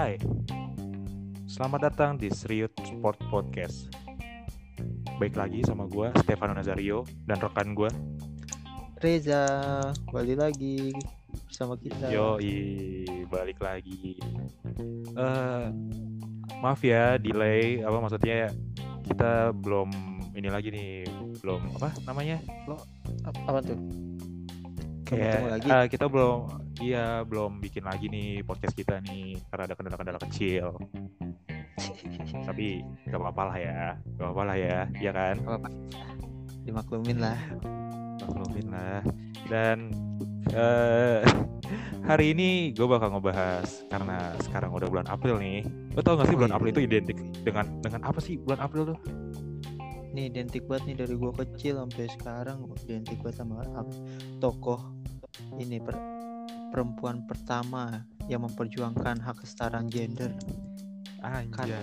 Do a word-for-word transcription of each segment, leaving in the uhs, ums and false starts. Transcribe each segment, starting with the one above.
Hai, selamat datang di Serius Sport Podcast. Baik lagi sama gue, Stefano Nazario, dan rekan gue Reza, balik lagi bersama kita. Yoi, balik lagi. uh, Maaf ya, delay, apa maksudnya kita belum ini lagi nih, belum apa namanya? Lo apa tuh? Kayak lagi. Uh, kita belum, iya belum bikin lagi nih podcast kita nih karena ada kendala-kendala kecil. Tapi gak apa-apa lah ya, gak apa-apa lah ya, ya kan? Gak apa-apa, dimaklumin lah. Maklumin lah. Dan uh, hari ini gue bakal ngebahas karena sekarang udah bulan April nih. Lo tau gak sih bulan April itu identik dengan dengan apa sih bulan April tuh? Nih identik banget nih dari gue kecil sampai sekarang, identik banget sama tokoh ini per, perempuan pertama yang memperjuangkan hak kesetaraan gender. Anjay.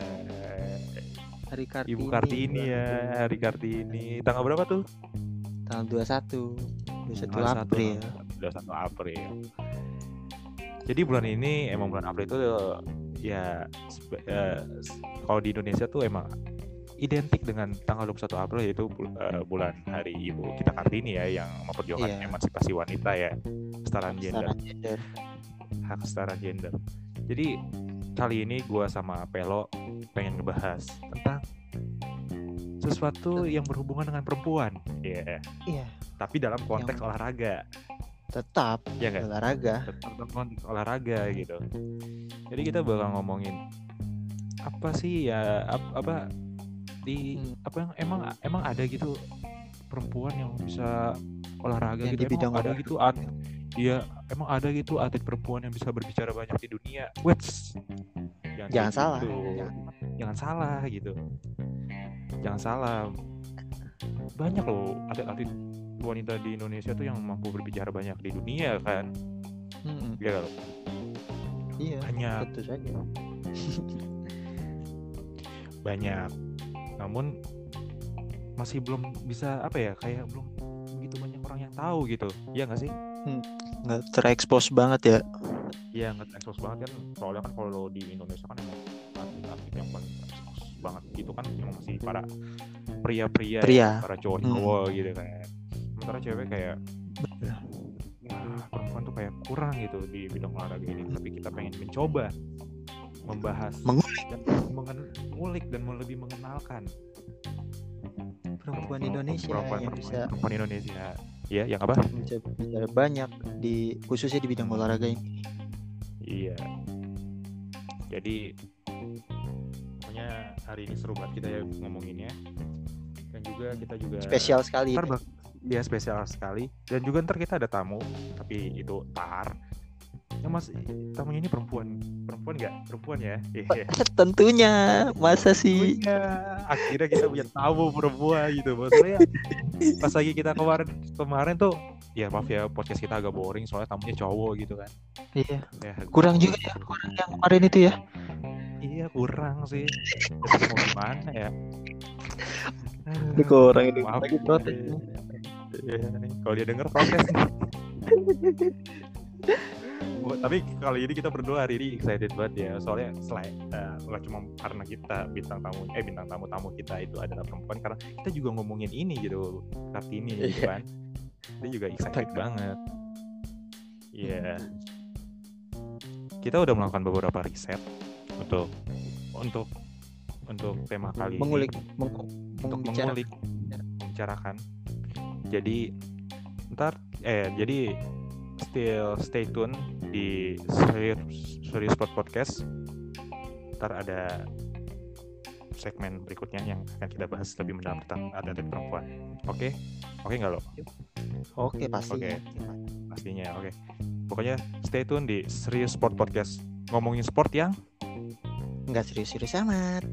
Hari Kartini. Ibu Kartini ya, Hari Kartini. Tanggal berapa tuh? Tanggal dua puluh satu April. dua puluh satu April. Jadi bulan ini emang bulan April itu ya uh, kalau di Indonesia tuh emang identik dengan tanggal dua puluh satu April, yaitu uh, bulan Hari Ibu kita Kartini ya, yang memperjuangkan yeah. emansipasi wanita ya, kesetaraan gender. gender. Hak kesetaraan gender. Jadi kali ini gue sama Pelo pengen ngebahas tentang sesuatu yang berhubungan dengan perempuan, ya. Yeah. Iya. Tapi dalam konteks yang... olahraga. Tetap ya kan? Olahraga. Tetap dalam konteks olahraga gitu. Jadi kita bakal ngomongin apa sih ya apa, apa di hmm. apa yang emang emang ada gitu perempuan yang bisa olahraga yang gitu, emang ada gitu at iya emang ada gitu atlet perempuan yang bisa berbicara banyak di dunia. Wets, jangan, jangan salah gitu. jangan, jangan salah gitu jangan salah banyak loh atlet-atlet wanita di Indonesia tuh yang mampu berbicara banyak di dunia kan. hmm. Ya iya banyak, tentu saja. Banyak, namun masih belum bisa apa ya, kayak belum begitu banyak orang yang tahu gitu, ya nggak sih? Hmm, nggak terekspos banget ya? Iya nggak terekspos banget kan, soalnya kan kalau di Indonesia kan emang atlet-atlet yang paling terekspos banget gitu kan emang masih para pria-pria, Pria. ya, para cowok-cowok hmm. gitu kan. Sementara cewek kayak ya, perempuan tuh kayak kurang gitu di bidang olahraga ini. Tapi kita pengen mencoba membahas, mengulik dan mengulik dan lebih mengenalkan perempuan Indonesia perempuan, yang perempuan, bisa perempuan Indonesia ya yang apa bisa bicara banyak di khususnya di bidang olahraga ini. Iya, jadi pokoknya hari ini seru banget kita ya ngomonginnya, dan juga kita juga spesial sekali ntar, ya spesial sekali, dan juga ntar kita ada tamu, tapi itu tar yang mas tamunya ini perempuan perempuan nggak perempuan ya? Yeah. Tentunya, masa sih? Tentunya. Akhirnya kita punya tamu perempuan gitu, maksudnya pas lagi kita kemarin kemarin tuh ya maaf ya podcast kita agak boring soalnya tamunya cowok gitu kan. Iya. Ya, kurang juga ya kurang yang kemarin itu ya. Iya kurang sih. Tapi mau gimana ya? Ini kurang itu. Maaf lagi protes. Ya, kalau dia denger protes. Tapi kali ini kita berdua hari ini excited banget ya, soalnya selain uh, nggak cuma karena kita bintang tamu eh bintang tamu tamu kita itu adalah perempuan, karena kita juga ngomongin ini gitu, Kartini gitu kan. Kita juga excited banget. Iya. Yeah. Kita udah melakukan beberapa riset untuk untuk untuk tema kali mengulik, ini, meng- untuk mengulik, membicarakan. Jadi ntar eh jadi still stay tune di Serius Sport Podcast. Ntar ada segmen berikutnya yang akan kita bahas lebih mendalam tentang atlet perempuan. Oke? Oke nggak lo? Oke pastinya. Oke. Pastinya oke. Pokoknya stay tune di Serius Sport Podcast. Ngomongin sport yang nggak serius-serius amat.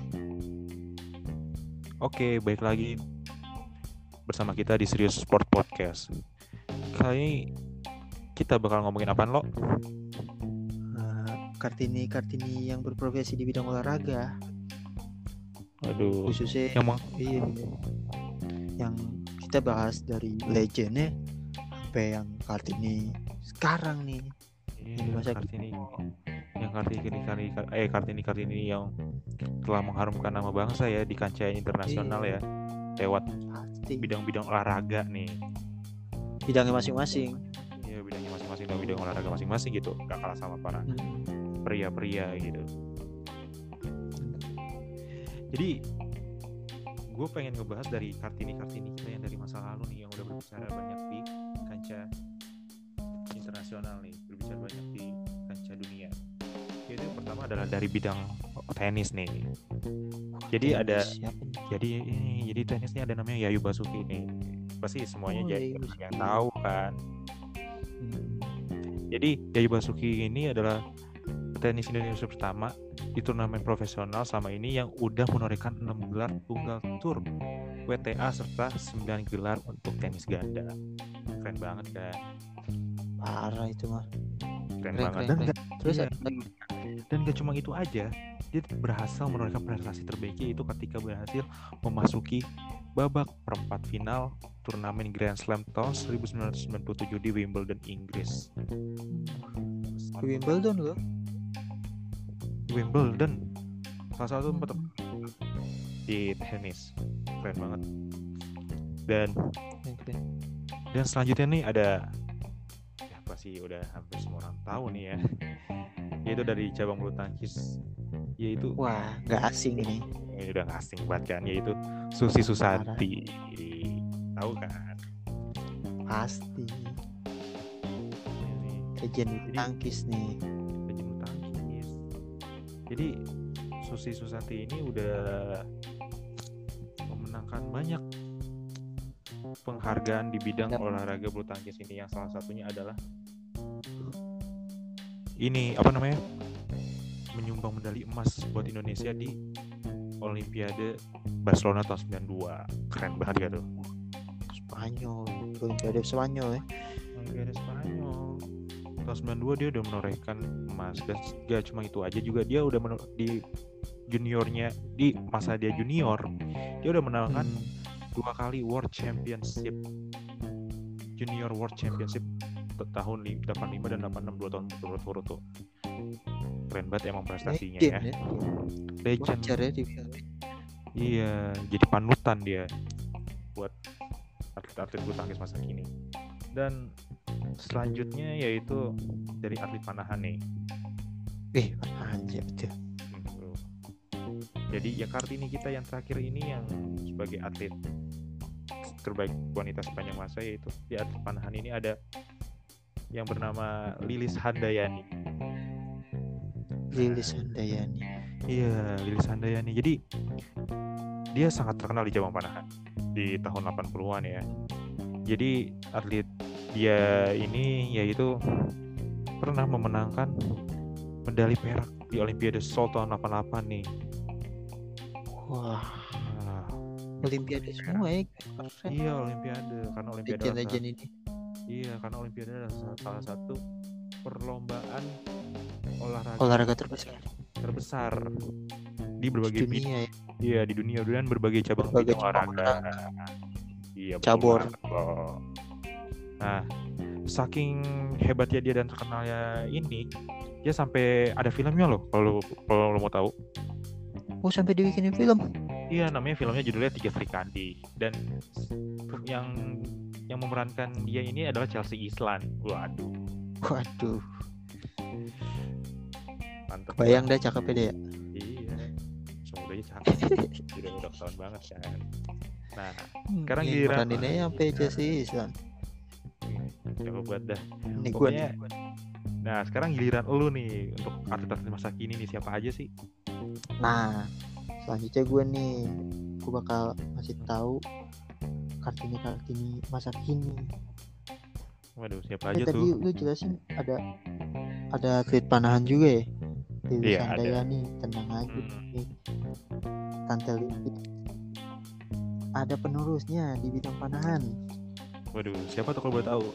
Oke, baik lagi bersama kita di Serius Sport Podcast. Kali ini kita bakal ngomongin apaan lo? Uh, Kartini Kartini yang berprofesi di bidang olahraga. Aduh. Khususnya yang mau iya, yang kita bahas dari legendnya sampai yang Kartini sekarang nih. Iya, Kartini. yang Kartini Kartini eh Kartini Kartini yang telah mengharumkan nama bangsa ya di kancah internasional Iya. ya, lewat Pasti. bidang-bidang olahraga nih. Bidangnya masing-masing. Iya, bidangnya masing-masing dan bidang olahraga masing-masing gitu, gak kalah sama para Hmm. pria-pria gitu. Jadi gue pengen ngebahas dari Kartini-Kartini kita yang dari masa lalu nih, yang udah berbicara banyak di kancah internasional nih, berbicara banyak di kancah dunia. Jadi yang pertama adalah dari bidang tenis nih. Jadi Tenis, ada siapa nih? jadi jadi tenisnya ada namanya Yayu Basuki nih. Pasti semuanya Oh, jadi Yayu Basuki. yang tahu kan. Hmm. Jadi Yayu Basuki ini adalah tenis Indonesia pertama di turnamen profesional selama ini yang udah menorehkan enam gelar tunggal tur W T A serta sembilan gelar untuk tenis ganda. Keren banget kan? Parah itu mah. Keren, Keren, banget. keren, Dan keren. gak, Terus iya, ada lagi. dan gak cuma itu aja, dia berhasil menorehkan prestasi terbaiknya itu ketika berhasil memasuki babak perempat final turnamen Grand Slam tahun seribu sembilan ratus sembilan puluh tujuh di Wimbledon, Inggris. Di Wimbledon loh. Wimbledon, salah satu tempat di tenis. Keren banget. Dan Keren, keren. dan selanjutnya nih ada, ya pasti udah hampir semua orang tahu nih ya, yaitu dari cabang bulu tangkis, yaitu Wah, nggak asing ini. ini udah gak asing banget kan, yaitu Susi Susanti. Tahu kan? Pasti. Ini Legend Jadi- tangkis nih. legend bulu tangkis. Jadi Susi Susanti ini udah memenangkan banyak penghargaan di bidang Yap. olahraga bulu tangkis ini, yang salah satunya adalah ini apa namanya, menyumbang medali emas buat Indonesia di Olimpiade Barcelona tahun sembilan puluh dua. Keren banget gak tuh? Spanyol. Olimpiade Spanyol ya. Olimpiade Spanyol tahun sembilan puluh dua dia udah menorehkan emas. Dan gak cuma itu aja, juga dia udah menor- di juniornya, di masa dia junior dia udah menangkan Hmm. dua kali World Championship, Junior World Championship t- tahun li- delapan puluh lima dan delapan puluh enam, dua tahun berturut-turut tuh. Keren banget emang prestasinya ya. Legend ya. Legend. Wajar ya di Iya, jadi panutan dia buat atlet-atlet bulu tangkis masa kini. Dan selanjutnya yaitu dari atlet panahan nih. Eh, anjir betul. Hmm, Jadi ya Kartini kita yang terakhir ini yang sebagai atlet terbaik wanita sepanjang masa, yaitu di atlet panahan ini ada yang bernama Lilis Handayani. Lilis Handayani. Iya, Lilis Handayani. Jadi dia sangat terkenal di cabang panahan di tahun delapan puluhan ya. Jadi atlet dia ini yaitu pernah memenangkan medali perak di Olimpiade Seoul tahun delapan puluh delapan nih. Wah, Nah, Olimpiade semua ya. Keren. iya Olimpiade, karena Olimpiade adalah Legend-legend ini. Iya, karena Olimpiade adalah sa- salah satu perlombaan olahraga Olahraga terbesar terbesar di di berbagai bidang. dunia ya. Iya, di dunia dan berbagai cabang Berbagai bidang cabang olahraga. Iya, betul Cabur. banget loh. Nah, saking hebatnya dia dan terkenalnya ini, dia sampai ada filmnya loh, kalau kalau lo mau tahu. Oh, sampai dibikinin film. Iya, namanya filmnya judulnya Tiga Sri Kandi, dan yang yang memerankan dia ini adalah Chelsea Islan. Waduh, Waduh, mantep. bayang dah cakepnya dia. Iya, semuanya cakep. Udah udah ketahuan banget kan. Nah, sekarang Yang giliran meraninnya sampai Chelsea Islan. coba buat dah. Ini gua Pokoknya, nih. nah sekarang giliran lu nih untuk atlet-atlet masa kini nih, siapa aja sih? Nah, selanjutnya gue nih, gue bakal ngasih tahu Kartini Kartini masa kini. Waduh, siapa Eh, aja tadi tuh? lu jelasin ada ada atlet panahan juga ya. Lilis Iya, ada. Handayani, tenang aja Hmm. nih. Tante Lilis. Ada penerusnya di bidang panahan. Waduh, siapa tuh kalau boleh tahu?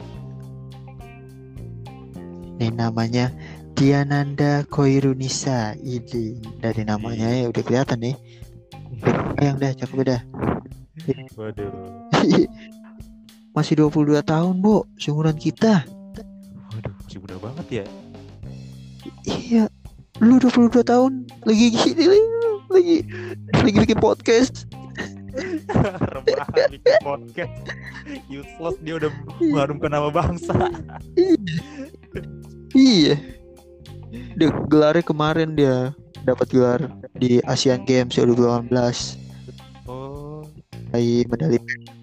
Ini namanya Diananda Koirunisa. Ini dari namanya ya udah kelihatan nih. Yang dah cakep dah. Waduh, Masih dua puluh dua tahun, Bu. Seumuran kita. waduh masih muda banget ya. Iya, Lu dua puluh dua tahun lagi gini lagi lagi bikin podcast. Rebahan bikin podcast. Useless, dia udah mengharumkan nama bangsa. Iya. Dia gelarnya kemarin dia dapat gelar di Asian Games dua ribu delapan belas. Oh, Raih medali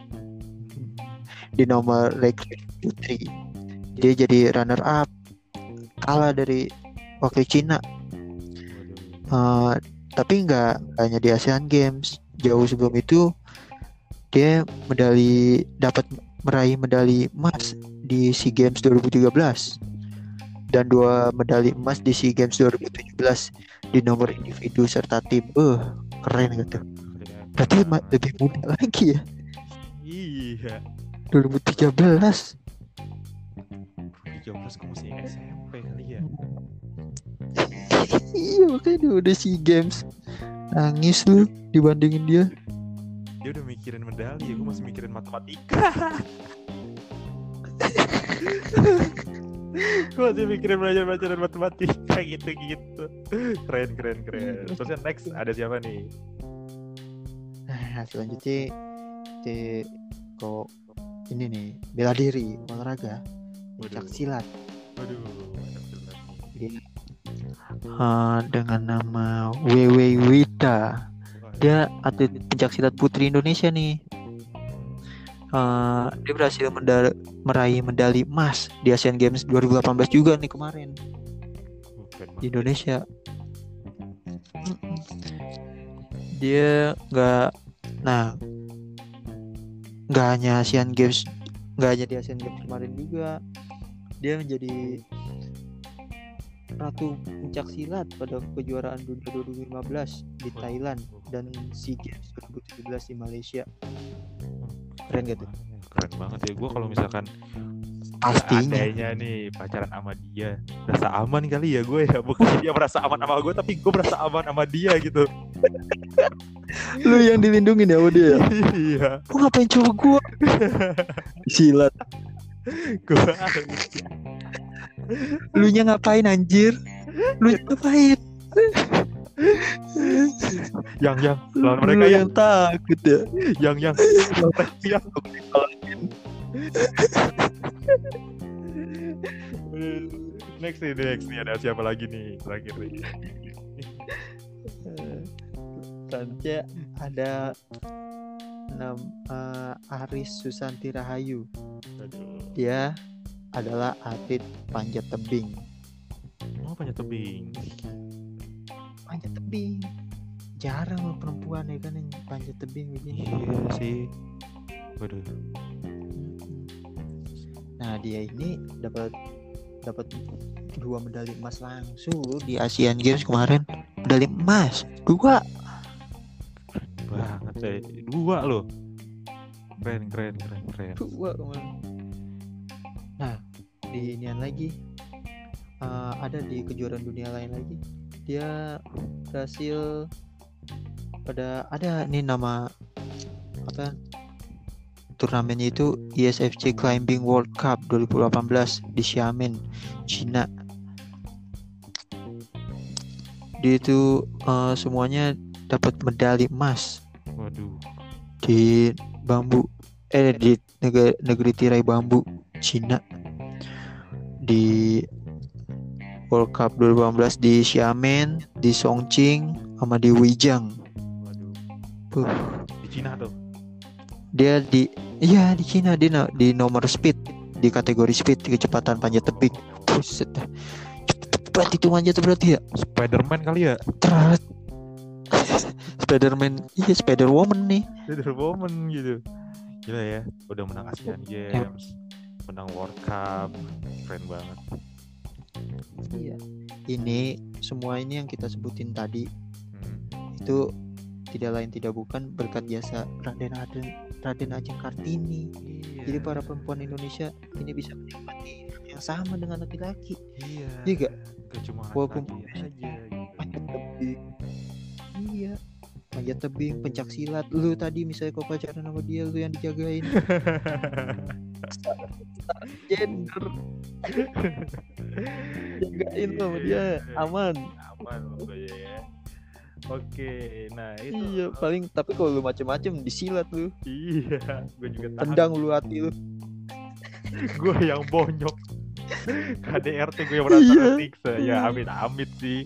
di nomor rekrut putri. Dia jadi runner up, kalah dari wakil Cina. Uh, tapi nggak hanya di Asian Games, jauh sebelum itu dia medali dapat meraih medali emas di SEA Games dua ribu tiga belas dan dua medali emas di SEA Games dua ribu tujuh belas di nomor individu serta tim. Eh, uh, keren gitu. Berarti ma- lebih muda lagi ya. Iya. dua ribu tiga belas. tiga belas gue masih S M P kali ya. Iya makanya dia udah SEA Games. Nangis lu dibandingin dia. Dia udah mikirin medali ya, gue masih mikirin matematika. Gue masih mikirin belajar-belajar matematika gitu-gitu. Keren keren keren. Terusnya next ada siapa nih? Nah selanjutnya di kok ini nih bela diri olahraga pencak silat. Waduh, pencak silat. Dia uh, dengan nama Wewe Wita. Dia atlet pencak silat putri Indonesia nih. Uh, dia berhasil menda- meraih medali emas di Asian Games dua ribu delapan belas juga nih kemarin di Indonesia. Dia nggak, nah nggak hanya Asian Games, nggak hanya di Asian Games kemarin juga, dia menjadi ratu pencak silat pada kejuaraan dunia dua ribu lima belas di Thailand dan SEA Games dua ribu tujuh belas di Malaysia. Keren gak tuh? Keren banget ya. Gue kalau misalkan pastinya adanya nih pacaran sama dia, rasa aman kali ya gue ya. Bukan dia merasa aman sama gue, tapi gue merasa aman sama dia gitu. Lu yang dilindungin ya sama dia. Iya. Lu ngapain coba gue silat? Gue Lu nya ngapain anjir? Lu ngapain? yang yang lawan mereka lu yang, yang takut ya. Yang yang yang next nih, next nih ada siapa lagi nih terakhir nih? Selanjutnya ada enam uh, Aris Susanti Rahayu. Dia adalah atlet panjat tebing. Oh, panjat tebing. Panjat tebing. Jarang loh perempuan ya kan yang panjat tebing begini. Iya sih. Waduh. Nah, dia ini dapat dapat dua medali emas langsung loh di Asian Games kemarin. Medali emas dua. Banget deh. Dua loh. Keren keren keren keren. Dua kemarin. Nah, di inian lagi uh, ada di kejuaraan dunia lain lagi. Dia berhasil pada ada nih nama apa turnamennya itu I S F C Climbing World Cup dua ribu delapan belas di Xiamen, Cina. Dia itu uh, semuanya dapat medali emas. Waduh. Di bambu eh di negeri, negeri tirai bambu Cina di World Cup dua ribu delapan belas di Xiamen, di Chongqing, sama di Weijing. Waduh. Puh. Di Cina tuh. Dia di iya di Cina dia no, di nomor speed di kategori speed di kecepatan panjat tebing. Buset. Cepet itu manjat berarti ya. Spiderman kali ya. Teret. Spiderman, iya Spider-Woman nih. Spider-Woman gitu. Gila ya, udah menang Asian Games, menang World Cup, keren banget. Iya. Ini semua ini yang kita sebutin tadi hmm. itu tidak lain tidak bukan berkat jasa Raden Raden Raden Ajeng Kartini. Iya. Jadi para perempuan Indonesia ini bisa menikmati yang sama dengan laki-laki. Iya. Iya gak? Gak cuma walaupun laki-laki aja gitu. Panjat tebing. Iya. Panjat tebing, pencak silat. Lu tadi misalnya kau pacaran sama dia, lu yang dijagain. gender. Jagain lo sama dia, aman. Aman pokoknya ya. Oke, nah itu. Iya, paling tapi kalau lu macem-macem disilat lu. Iya, gue juga tahan. Tendang lu hati lu. Gue yang bonyok. K D R T gue yang merasa Iya. tersiksa. Ya amit-amit sih.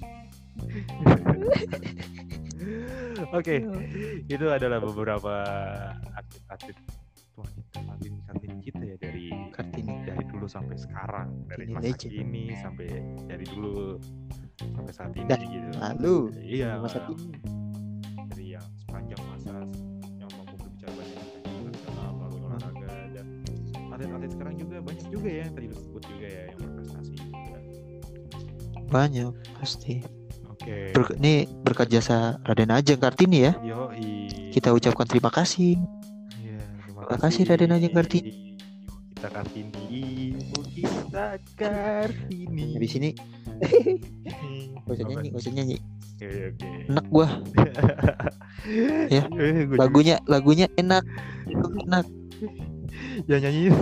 Oke, itu adalah beberapa atlet-atlet wanita Kartini kita ya dari Kartini. dari dulu sampai sekarang, dari Kartini masa legend. kini sampai dari dulu sampai saat ini Dan gitu. lalu Iya, masa kini. dari yang sepanjang masa yang mampu berbicara banyak tentang internasional melalui olahraga, dan atlet-atlet sekarang juga banyak juga ya yang tadi disebut juga ya yang berprestasi juga. Banyak pasti. Oke. Ber- ini berkat jasa Raden Ajeng Kartini ya. Yoi. Kita ucapkan terima kasih. Iya, terima Terima kasih Raden Ajeng Kartini. Kita Kartini. Oh, kita Kartini. Habis ini gak usah Apa? nyanyi, gak usah nyanyi. Oke, oke. Enak gua. Ya, Eh, gua juga. Lagunya lagunya enak. Enak. Ya nyanyi.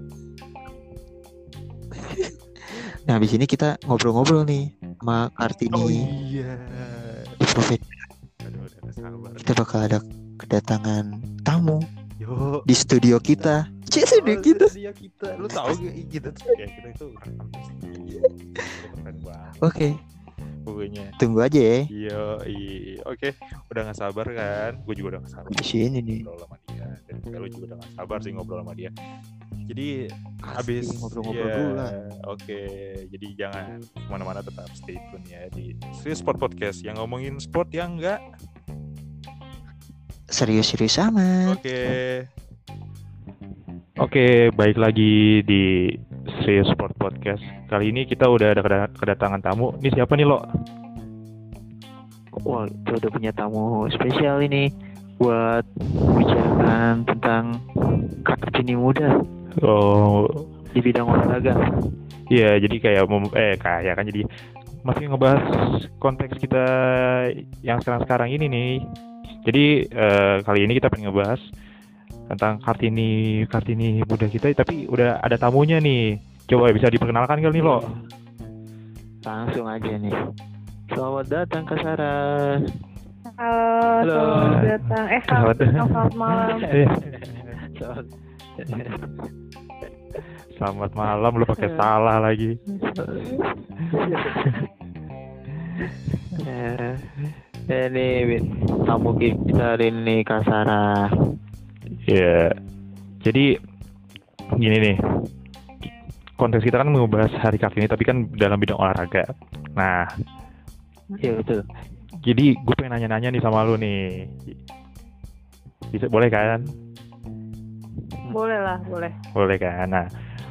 Nah, habis ini kita ngobrol-ngobrol nih sama Kartini. Oh iya. Di profet. Aduh, udah gak sabar. Kita bakal ada kedatangan tamu Yo. di studio kita. Cek studio Oh, kita. studio kita. Lu tahu gak kita tuh kayak kita itu rekam di studio. Keren banget Oke, pokoknya. tunggu aja ya. Yo, i. Oke, udah gak sabar kan? Gue juga udah gak sabar Di sini nih. ngobrol sama dia, dan juga lu juga udah gak sabar sih ngobrol sama dia. Jadi Pasti habis ngobrol-ngobrol ya, dulu lah. Oke, jadi jangan kemana-mana, tetap stay tune ya di Serius Sport Podcast yang ngomongin sport yang enggak. Serius-serius amat. Oke. Oke, baik lagi di Serius Sport Podcast. Kali ini kita udah ada keda- kedatangan tamu. Ini siapa nih, Lo? Wah, kita udah punya tamu spesial ini buat membicarakan tentang Kartini muda Oh, di bidang olahraga. iya, jadi kayak mem- eh kayak kan jadi masih ngebahas konteks kita yang sekarang-sekarang ini nih. Jadi eh, kali ini kita pengen ngebahas tentang Kartini Kartini muda kita, tapi udah ada tamunya nih. Coba bisa diperkenalkan kali nih, Lo? Langsung aja nih. Selamat datang Kak Sarah. Halo, Halo. selamat datang. Eh, selamat datang, selamat malam. Selamat. Selamat malam, lu pakai salah lagi. Eh, ini tamu kita hari ini Kak Sarah. Ya, jadi gini nih. Konteks kita kan membahas Hari Kartini, tapi kan dalam bidang olahraga. Nah, Iya betul. jadi gue pengen nanya-nanya nih sama lu nih. Bisa, boleh kan? Boleh lah, boleh. Boleh kan? Nah,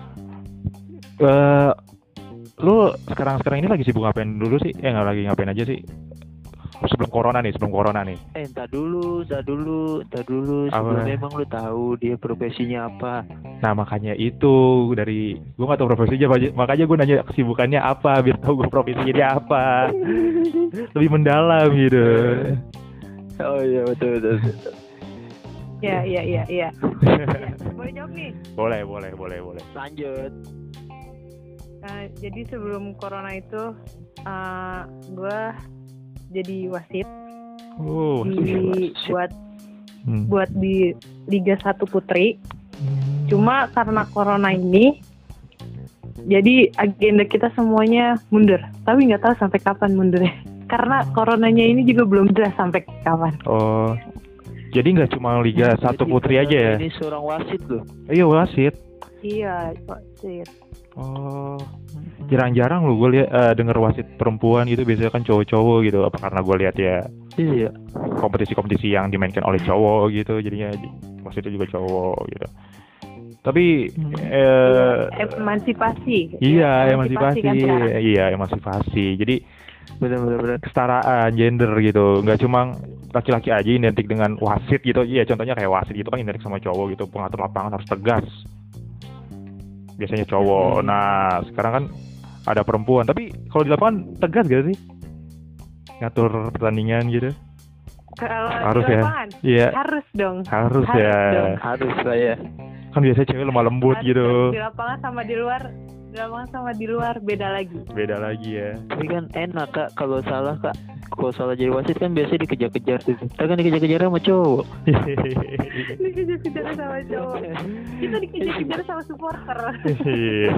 eh, lu sekarang-sekarang ini lagi sibuk ngapain dulu sih? Eh, nggak lagi ngapain aja sih? Sebelum corona nih, sebelum corona nih. Eh, entar dulu, entar dulu, entar dulu. Apa? Sebelumnya emang lu tahu dia profesinya apa? Nah, makanya itu dari gue nggak tahu profesinya, makanya gue nanya kesibukannya apa biar tahu gue profesinya dia apa. Lebih mendalam gitu. Oh iya betul betul. betul. Ya, iya, iya, iya. Boleh jawab nih. Boleh, boleh, boleh, boleh. Lanjut. Nah, jadi sebelum corona itu, uh, gue jadi wasit Oh, di buat hmm. buat di Liga satu Putri. Hmm. Cuma karena corona ini, jadi agenda kita semuanya mundur. Tapi nggak tahu sampai kapan mundurnya. Karena coronanya ini juga belum jelas sampai kapan. Oh, jadi nggak cuma Liga satu Putri aja ya? Ini seorang wasit loh. Iya, wasit. Iya, wasit. Oh, jarang-jarang lu gue lihat uh, denger wasit perempuan gitu, biasanya kan cowok-cowok gitu. Apa karena gue lihat ya Iya. kompetisi-kompetisi yang dimainkan oleh cowok gitu, jadinya wasitnya juga cowok gitu. Tapi Hmm. eh, Emansipasi. iya, Ya, emansipasi, kan sekarang. iya emansipasi. Jadi Benar-benar. kesetaraan gender gitu, nggak cuma laki-laki aja identik dengan wasit gitu. Iya, contohnya kayak wasit gitu kan identik sama cowok gitu, pengatur lapangan harus tegas. Biasanya cowok. Hmm. Nah, sekarang kan ada perempuan, tapi kalau di lapangan tegas gak sih? Ngatur pertandingan gitu. Kalau Harus di ya? lapangan, Iya, harus dong. harus, Harus ya. dong. Harus saya. Kan biasanya cewek lemah lembut Kan gitu. Di lapangan sama di luar, di lapangan sama di luar beda lagi. Beda lagi ya. Tapi kan enak kak kalau salah kak. Kalau salah jadi wasit kan biasanya dikejar-kejar tuh. Kita kan dikejar-kejar sama cowok. Dikejar-kejar sama cowok. Kita dikejar-kejar sama supporter. Iya.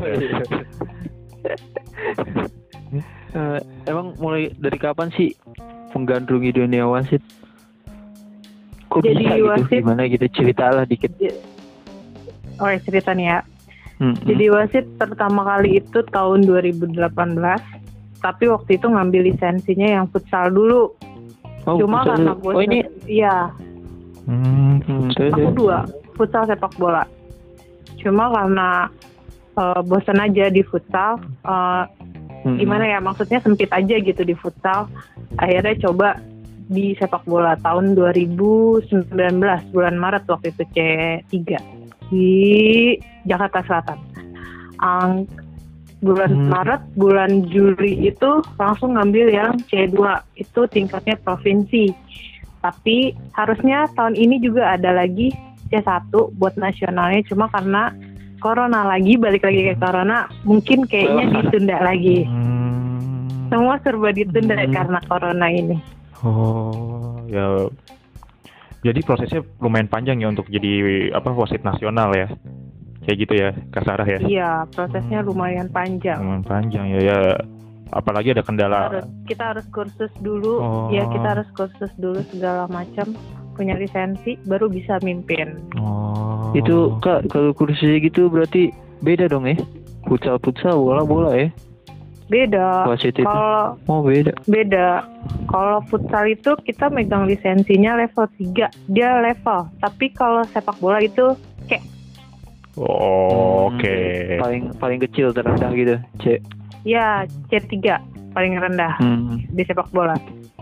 Eh, emang mulai dari kapan sih menggandrungi dunia wasit? Kok Jadi bisa gitu? wasit- Gimana gitu? Ceritalah dikit. Oke, cerita nih ya. Hmm, Jadi wasit pertama kali itu tahun dua ribu delapan belas. Tapi waktu itu ngambil lisensinya yang futsal dulu. oh, Cuma futsal karena dulu. gue Oh ini iya, Hmm, hmm, terus, aku terus. dua futsal sepak bola. Cuma karena eh, bosan aja di futsal, eh, Hmm. gimana ya, maksudnya sempit aja gitu di futsal. Akhirnya coba di sepak bola tahun dua ribu sembilan belas bulan Maret waktu itu C tiga di Jakarta Selatan. Ang bulan Hmm. Maret, bulan Juli itu langsung ngambil yang C dua, itu tingkatnya provinsi. Tapi harusnya tahun ini juga ada lagi C satu buat nasionalnya, cuma karena corona lagi, balik lagi ke corona, mungkin kayaknya ditunda lagi. Hmm. Semua serba ditunda Hmm. karena corona ini. Oh, ya. Jadi prosesnya lumayan panjang ya untuk jadi apa wasit nasional ya. Kayak gitu ya, Kak Sarah ya. Iya, prosesnya Hmm. lumayan panjang. Lumayan panjang ya, ya. Apalagi ada kendala. Harus, kita harus kursus dulu, Oh. ya kita harus kursus dulu segala macam, punya lisensi, baru bisa mimpin. Oh. Itu kak kalau kursusnya gitu berarti beda dong ya? Futsal futsal bola bola ya? Beda. Wasit itu. Kalau Oh beda. beda, kalau futsal itu kita megang lisensinya level tiga, dia level. Tapi kalau sepak bola itu kayak Oh, Hmm, oke. Paling paling kecil terendah gitu. C. ya C tiga paling rendah Hmm. di sepak bola.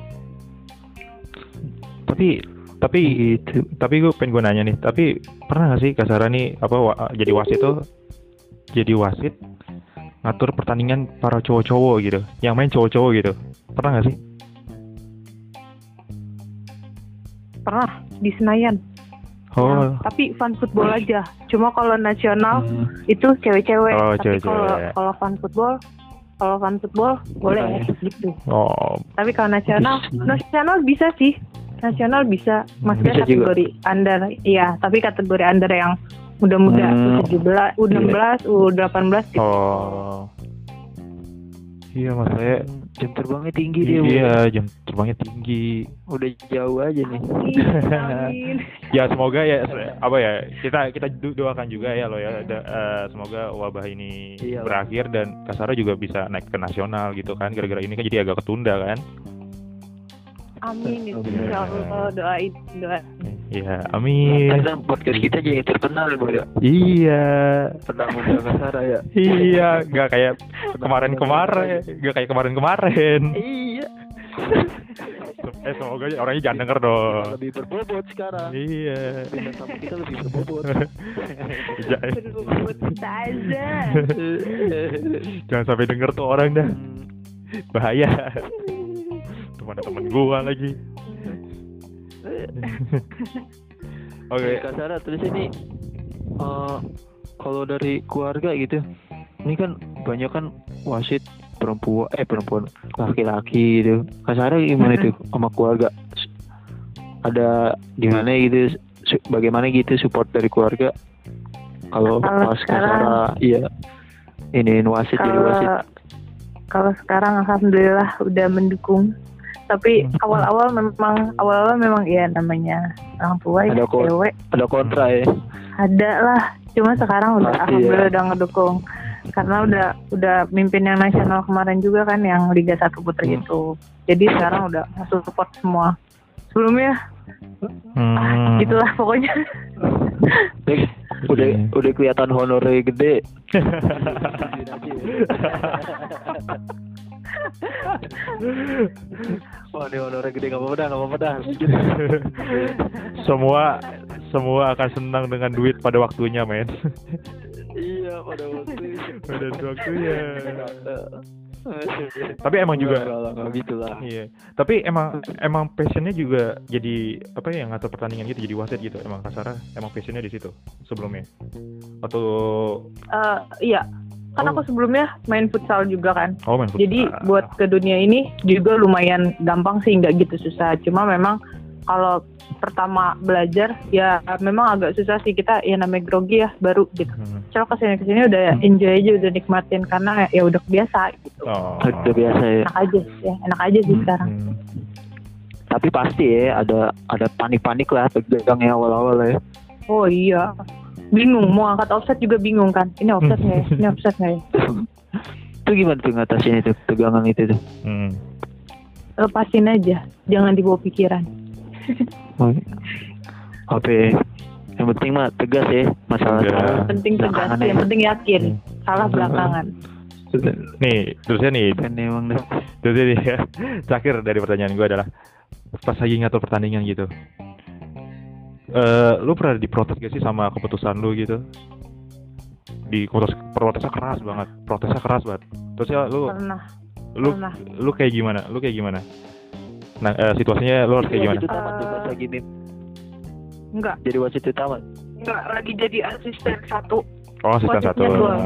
Tapi tapi Gitu. tapi gue pengen gue nanya nih. Tapi pernah gak sih Kak Sarah nih apa wa- jadi wasit tuh jadi wasit ngatur pertandingan para cowok-cowok gitu, yang main cowok-cowok gitu. Pernah gak sih? Pernah di Senayan. Oh, Nah, tapi fun football aja. Cuma kalau nasional Hmm. itu cewek-cewek. Oh, tapi kalau cewek-cewek. kalau fun football, kalau fun football boleh gitu. oh, Tapi kalau nasional, Bisa. nasional bisa sih. Nasional bisa. Maksudnya Bisa juga. kategori under. Iya, tapi kategori under yang muda-muda, Hmm. U tujuh belas, U enam belas, U delapan belas gitu. oh. Iya maksudnya. Jam terbangnya tinggi dia. Bu. Iya, jam terbangnya tinggi. Udah jauh aja nih. Amin, amin. Ya semoga ya se- apa ya kita kita do- doakan juga ya lo ya da- eh, semoga wabah ini Iya. berakhir dan Kak Sarah juga bisa naik ke nasional gitu kan, gara-gara ini kan jadi agak ketunda kan. Amin, Oh, insya Allah, doain, doa. Iya, amin. Kan podcast kita jadi terkenal Bu ya. Iya, Pernah muda Kasara ya. iya, nggak kayak kemarin-kemarin, nggak kayak kemarin-kemarin. Iya. Eh semoga orangnya jangan denger dong. Lebih berbobot sekarang. Iya. Bintang tamu kita lebih berbobot. Ja- Berbobot saja. Jangan sampai denger tuh orang dah, bahaya. Teman teman gua lagi. Oke. Oke, Kak Sarah, terus ini eh, kalau dari keluarga gitu, ini kan banyak kan wasit perempuan, eh perempuan laki-laki gitu. Kak Sarah gimana itu sama keluarga? Ada gimana gitu? su- Bagaimana gitu support dari keluarga? Kalau Kalau pas Kak sekarang- Sarah, iya, ini wasit jadi wasit. Kalau kalau sekarang alhamdulillah udah mendukung. Tapi Hmm. awal-awal memang awal-awal memang ya namanya orang tua ya Ada kok. cewek Ada kontra ya? ada lah. Cuma sekarang udah Pasti alhamdulillah ya. udah ngedukung. Karena udah udah mimpin yang nasional kemarin juga kan yang Liga satu Putri Hmm. itu. Jadi sekarang udah masuk support semua. Sebelumnya Hmm. ah, gitulah pokoknya. Udah, udah, udah kelihatan honornya gede. Wah, ini honornya gede, nggak apa-apa dah, nggak apa-apa dah. semua semua akan senang dengan duit pada waktunya, men. Iya, pada waktu Pada waktunya. Tapi emang juga nggak gitu lah. iya. Tapi emang emang passionnya juga jadi apa ya ngatur pertandingan gitu, jadi wasit gitu. Emang kasarnya emang passionnya di situ sebelumnya. Atau Eh, iya, kan Oh. aku sebelumnya main futsal juga kan. oh main futsal. Jadi buat ke dunia ini juga lumayan gampang sih, nggak gitu susah. Cuma memang kalau pertama belajar ya memang agak susah sih, kita ya namanya grogi ya baru gitu. Hmm. Cuma kesini kesini udah enjoy aja, udah nikmatin karena ya udah biasa gitu. Oh. Udah biasa ya. Enak aja ya, enak aja sih sekarang. Hmm. Tapi pasti ya ada ada panik-panik lah tegangnya awal-awal ya. Oh iya, bingung mau angkat offset juga bingung kan. Ini offset nggak ya? Ini offset nggak ya? Itu gimana tuh ngatasin itu tegangan itu tuh? Hmm. Lepasin aja, jangan dibawa pikiran. Oh, Oke, yang penting mah tegas ya masalah. Tegas. Penting tegas, Belakangan yang ya. penting yakin. Salah belakangan. Nih, terusnya nih, Kan emang deh. terusnya nih ya. Terakhir dari pertanyaan gue adalah pas lagi ngatur pertandingan gitu. Eh, lu pernah diprotes gak sih sama keputusan lu gitu? Di protes, protesnya keras banget, protesnya keras banget. Terus ya lu Pernah. lu Pernah. lu kayak gimana? Lu kayak gimana? Nah, eh, situasinya lu harus kayak gimana? Itu tamat tuh pas Eh, lagi mim. Enggak, Jadi wasit itu tamat. enggak lagi jadi asisten satu. Oh, asisten wasitnya satu. doang.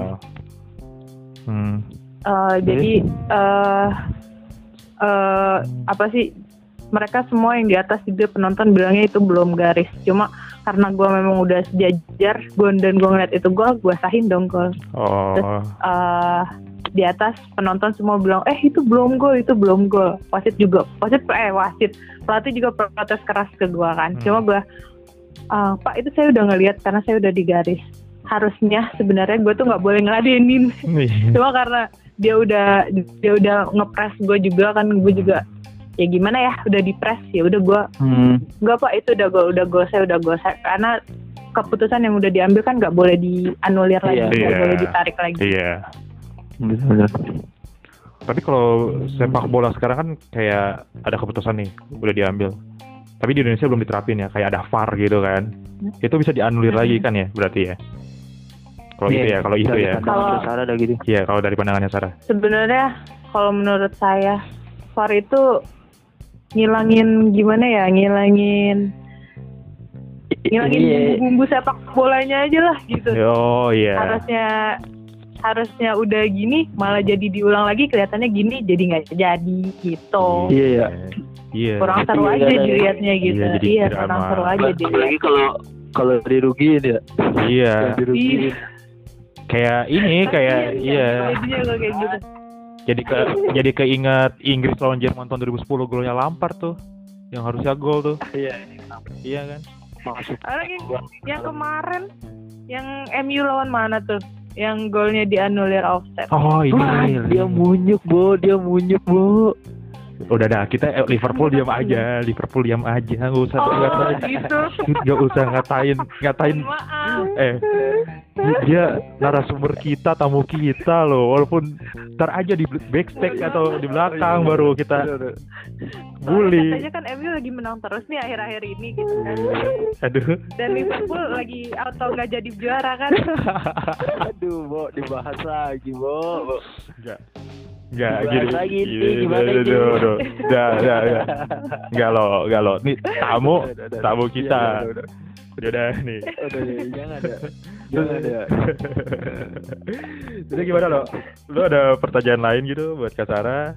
Hmm. Eh, jadi eh eh, apa sih? Mereka semua yang di atas juga penonton bilangnya itu belum garis. Cuma karena gue memang udah sejajar, gue dan gue ngeliat itu gue, gue sahin dong gol. Oh. eh di atas penonton semua bilang eh itu belum gol, itu belum gol. Wasit juga, wasit eh wasit pelatih juga protes keras ke gue kan. Hmm. Cuma gue "Eh, Pak itu saya udah ngeliat karena saya udah di garis. Harusnya sebenarnya gue tuh nggak boleh ngeladenin. Cuma karena dia udah dia udah ngepres gue juga kan, gue juga ya gimana ya udah di press ya udah gue Hmm. nggak Pak itu udah gol, udah gol saya udah gol saya, karena keputusan yang udah diambil kan nggak boleh dianulir lagi, Iya. nggak Iya. boleh ditarik lagi. Iya. Benar. Tapi kalau sepak bola sekarang kan kayak ada keputusan nih, udah diambil. Tapi di Indonesia belum diterapin ya, kayak ada V A R gitu kan. Itu bisa dianulir lagi kan ya, berarti ya. Kalau gitu ya, kalau itu Dari ya. pandangan Kalau- Sarah ada gitu. Iya, kalau dari pandangannya Sarah. Sebenarnya kalau menurut saya V A R itu ngilangin gimana ya, ngilangin ngilangin Iya. bumbu-bumbu sepak bolanya aja lah gitu. Oh iya. Harusnya harusnya udah gini malah jadi diulang lagi, kelihatannya gini jadi nggak jadi gitu. Iya ya. Iya. Kurang seru Iya, aja iya. dilihatnya gitu. Iya, jadi Iya, drama. kurang seru aja Apalagi dilihat. kalau kalau dirugiin ya. Iya. Kalau dirugiin. Kayak ini kayak iya. Jadinya kalau kayak gitu. Jadi ke jadi keinget Inggris lawan Jerman tahun dua ribu sepuluh, golnya Lampard tuh. Yang harusnya gol tuh. Iya. Iya kan? Masuk. Orang yang, yang kemarin yang M U lawan mana tuh? Yang golnya dianulir offset. Oh, ini. Wah, dia munyuk, Bo. Dia munyuk, Bo. Udah dah, kita eh, Liverpool diam aja, Liverpool diam aja, nggak usah Oh, ngatain, gitu. nggak usah ngatain, ngatain. Maaf. Eh, dia narasumber kita, tamu kita loh, walaupun ntar aja di backstage atau di belakang baru kita Soalnya bully. katanya kan M U lagi menang terus nih akhir-akhir ini gitu kan. Aduh, Dan Liverpool lagi auto nggak jadi juara kan. Aduh, Bo, dibahas lagi, Bo. Bo. nggak, nggak Dibahas gini, lagi nih, gini, gimana aduh, ini? aduh, aduh. Nggak, nggak, nggak, nggak lo, nggak lo, nih tamu, Udah, udah, tamu udah. kita, Iya, udah, udah. udah dah nih. Udah deh, jangan ada. Jangan ada. Jadi gimana lo? Lo ada pertanyaan lain gitu buat Kak Sarah?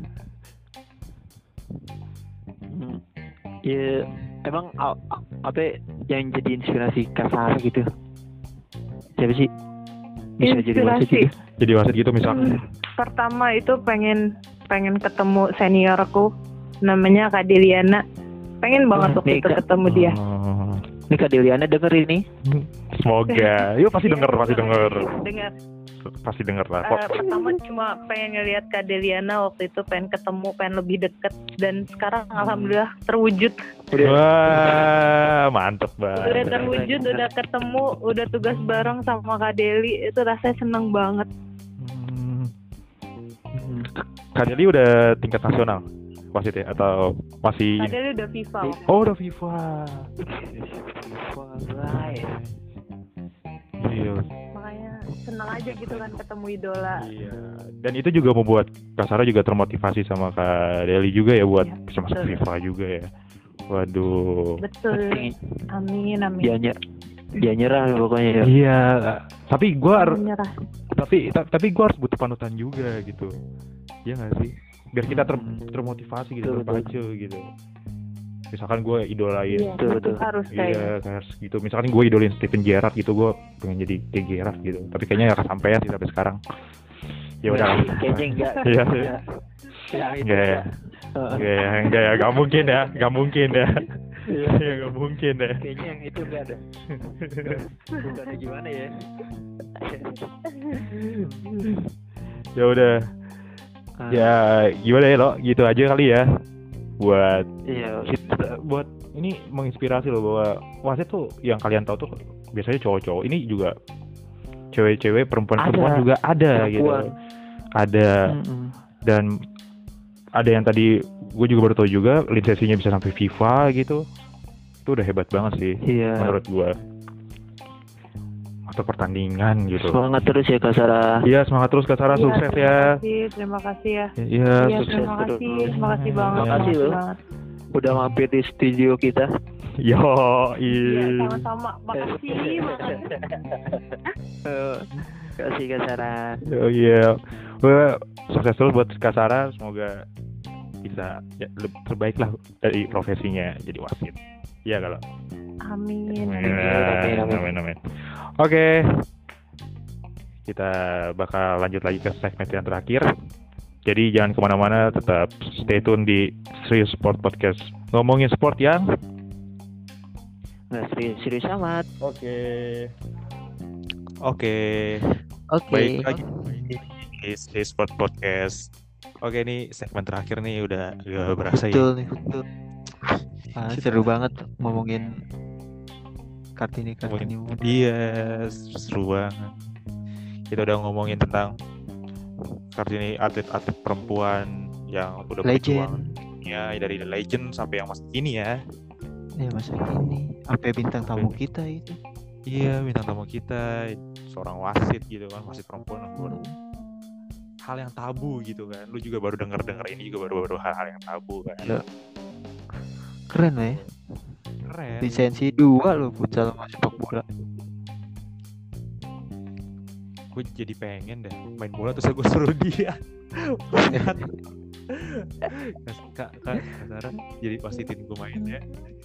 Hmm. Ya, emang a- a- apa yang jadi inspirasi kasar gitu? Siapa sih? Bisa jadi wasit Inspirasi. gitu? Jadi wasit gitu misalnya. Hmm, pertama itu pengen pengen ketemu seniorku namanya Kak Deliana. Pengen banget Hmm, waktu nih, itu Kak. ketemu dia. Oh, Ini Kak Deliana denger ini. semoga. Yuk pasti denger, pasti denger. Dengar. Pasti denger lah. Eh, pertama cuma pengen ngeliat Kak Deliana waktu itu, pengen ketemu, pengen lebih deket, dan sekarang alhamdulillah terwujud. Wah, mantep Udah banget. terwujud, udah ketemu, udah tugas bareng sama Kak Deli, itu rasanya seneng banget. Hmm. Kak Deli udah tingkat nasional wasit ya atau masih? Kak Deli udah FIFA. Oh, udah FIFA. Wah, Iya. Makanya senang aja gitu kan ketemu idola. Iya. Dan itu juga membuat Kak Sarah juga termotivasi sama Kak Deli juga ya buat Iya, bisa masuk betul. FIFA juga ya. Waduh. Betul. Amin amin. Dia ny- dia nyerah pokoknya ya. Iya. Tapi gua har- Menyerah. tapi ta- tapi gua harus butuh panutan juga gitu. Iya nggak sih? Biar kita ter- Hmm. termotivasi gitu, Betul, betul. terpacu gitu. Misalkan gue idolain, Iya, Betul, betul betul. harus iya kayaknya. kayak harus gitu. Misalkan gue idolin Steven Gerrard gitu, gue pengen jadi kayak Gerrard gitu. Tapi kayaknya nggak kesampaian sih sampai sekarang. Ya udah. Nggak, kayaknya enggak. Iya. Enggak. Ya, itu Enggak ya. enggak. Enggak ya, enggak ya, nggak mungkin ya, nggak mungkin ya. Iya. Ya nggak mungkin ya. Kayaknya yang itu enggak ada. Bukan gimana ya? Ya udah. Ah, Ya gimana ya lo, gitu aja kali ya. Buat Iya. kita, buat ini menginspirasi lo bahwa wasit tuh yang kalian tahu tuh biasanya cowok-cowok. Ini juga cewek-cewek, perempuan-perempuan Ada. juga ada gitu. Perempuan. Ada Mm-mm. dan ada yang tadi gue juga baru tahu juga lisensinya bisa sampai FIFA gitu. Itu udah hebat banget sih Iya. menurut gue. Atau pertandingan gitu. Semangat terus ya Kak Sarah. Iya, semangat terus Kak Sarah, Iya, sukses terima ya. kasih, terima kasih ya. Iya, Iya, sukses terima terus. kasih, terima kasih banget. Terima kasih loh. banget. Udah mampir di studio kita. Yo, Iya, iya. sama-sama. Makasih, makasih. Eh, Kasih Kak Sarah. Oh iya. Well, sukses terus buat Kak Sarah, semoga bisa ya, lebih terbaik lah dari profesinya jadi wasit. Iya kalau. Amin. Amin, amin, amin. amin, amin. Oke. Kita bakal lanjut lagi ke segmen yang terakhir. Jadi jangan kemana-mana, tetap stay tune di Serius Sport Podcast. Ngomongin sport yang Nggak serius-serius amat. Oke. Oke. Oke. Baik lagi di Serius Sport Podcast. Oke, nih segmen terakhir nih udah gak berasa ya. Betul nih, betul. Ah, seru banget ngomongin Kartini Kartini. Iya, seru banget. Kita udah ngomongin tentang Kartini, atlet-atlet perempuan yang udah berjuang Legend. ya, dari legend sampai yang masih kini ya. Ya masa ini sampai bintang tamu kita itu. Iya, bintang tamu kita seorang wasit gitu kan, wasit perempuan. Hal yang tabu gitu kan. Lu juga baru denger-denger ini juga baru-baru hal-hal yang tabu kan. Ya. Keren lah ya. Keren. Lisensi dua loh futsal sama sepak bola. Gue jadi pengen deh main bola terus gue suruh dia. Kak, kak, Sarah jadi wasitin gue mainnya.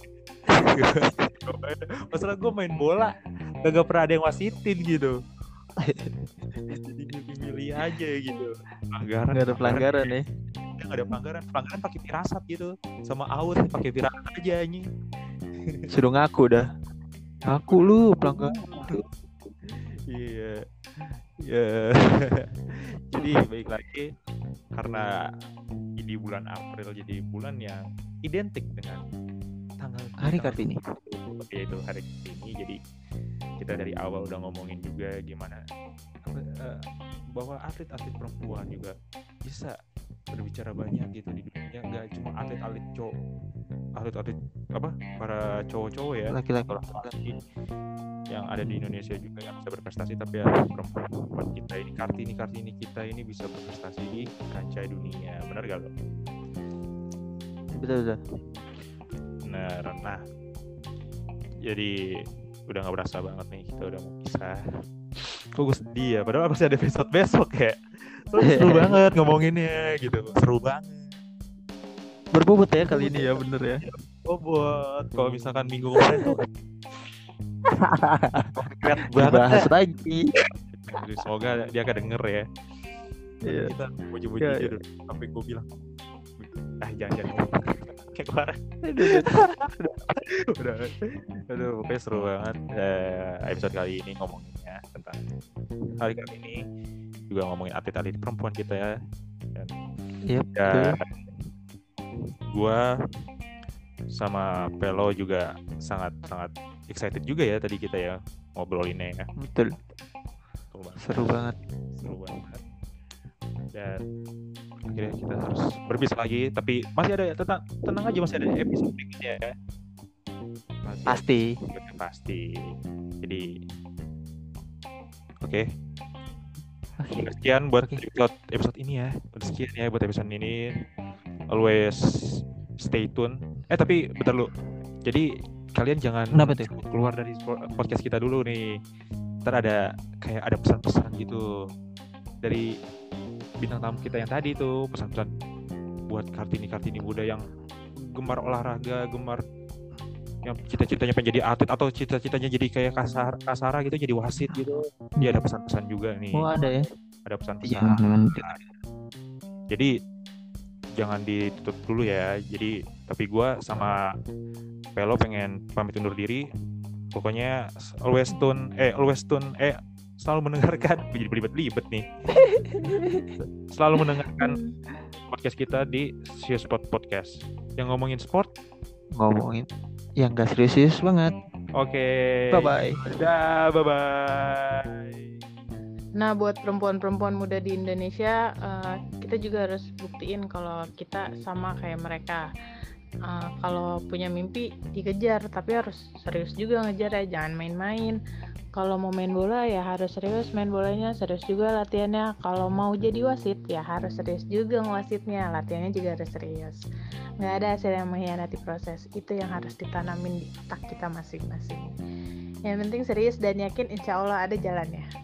Masalah gue main bola gak pernah ada yang wasitin gitu. Jadi milih-milih aja gitu. Pelanggaran. Nggak ada pelanggaran ya. Ya, nggak ada pelanggaran. Pelanggaran pakai firasat gitu. Sama out pakai firasat aja anjing. Suruh ngaku dah. Ngaku lu pelanggaran. Iya. Ya. Jadi baik lagi karena ini bulan April jadi bulan yang identik dengan tanggal Hari tanggal- Kartini. Yaitu hari Kartini. Jadi kita dari awal udah ngomongin juga gimana apa, eh, bahwa atlet-atlet perempuan juga bisa berbicara banyak gitu di dunia, nggak cuma atlet-atlet cowok, atlet-atlet apa para cowok-cowok ya, Laki-laki. atau laki-laki yang ada di Indonesia juga yang bisa berprestasi, tapi ya perempuan kita ini Kartini Kartini kita ini bisa berprestasi di kancah dunia, benar gak lo? Betul betul. Benar. Nah, jadi udah nggak berasa banget nih kita udah mau pisah. Kok gue sedih ya, padahal masih ada episode besok ya. Soalnya seru banget ngomonginnya gitu, seru banget. Berbobot ya kali ini ya, bener ya. Oh buat kalau misalkan minggu kemarin tuh keren banget Bahas ya. lagi. Jadi semoga dia akan denger ya. Iya. Kita puji-puji Ya, dia ya. dulu sampai gue bilang ah jangan jangan ngomong kayak kemarin. Udah, aduh pokoknya seru banget eh, episode kali ini ngomonginnya tentang hari kali ini juga ngomongin atlet-atlet perempuan kita ya. Dan, Yep, dan gua sama Pelo juga sangat sangat excited juga ya tadi kita ya ngobrolinnya ya. betul. Seru banget. Seru banget. Seru banget. Dan akhirnya kita harus berpisah lagi, tapi masih ada tenang tenang aja masih ada episode berikutnya ya. Masih ada Pasti. episode pasti. Jadi oke, Udah sekian buat Oke. episode episode ini ya. Udah sekian ya buat episode ini. Always stay tune. Eh tapi bentar lu. Jadi kalian jangan Kenapa tuh? keluar dari podcast kita dulu nih. Ntar ada kayak ada pesan-pesan gitu dari bintang tamu kita yang tadi tuh, pesan-pesan buat Kartini-Kartini muda yang gemar olahraga, gemar yang cita-citanya pengen jadi atlet atau cita-citanya jadi kayak kasar kasara gitu, jadi wasit gitu. Dia ada pesan-pesan juga nih. Oh ada ya. Ada pesan-pesan. Jangan Jadi jangan ditutup dulu ya. Jadi tapi gua sama Pelo pengen pamit undur diri. Pokoknya always tune eh always tune eh selalu mendengarkan jadi belibet-libet nih. Selalu mendengarkan podcast kita di Sio Sport Podcast yang ngomongin sport. ngomongin yang gak serius banget. Oke. Bye bye. Dah, bye bye. Nah, buat perempuan-perempuan muda di Indonesia, uh, kita juga harus buktiin kalau kita sama kayak mereka. Uh, kalau punya mimpi dikejar, tapi harus serius juga ngejar ya, jangan main-main. Kalau mau main bola ya harus serius main bolanya, serius juga latihannya. Kalau mau jadi wasit ya harus serius juga ngewasitnya, latihannya juga harus serius. Nggak ada hasil yang mengkhianati proses, itu yang harus ditanamin di otak kita masing-masing. Yang penting serius dan yakin, insya Allah ada jalannya.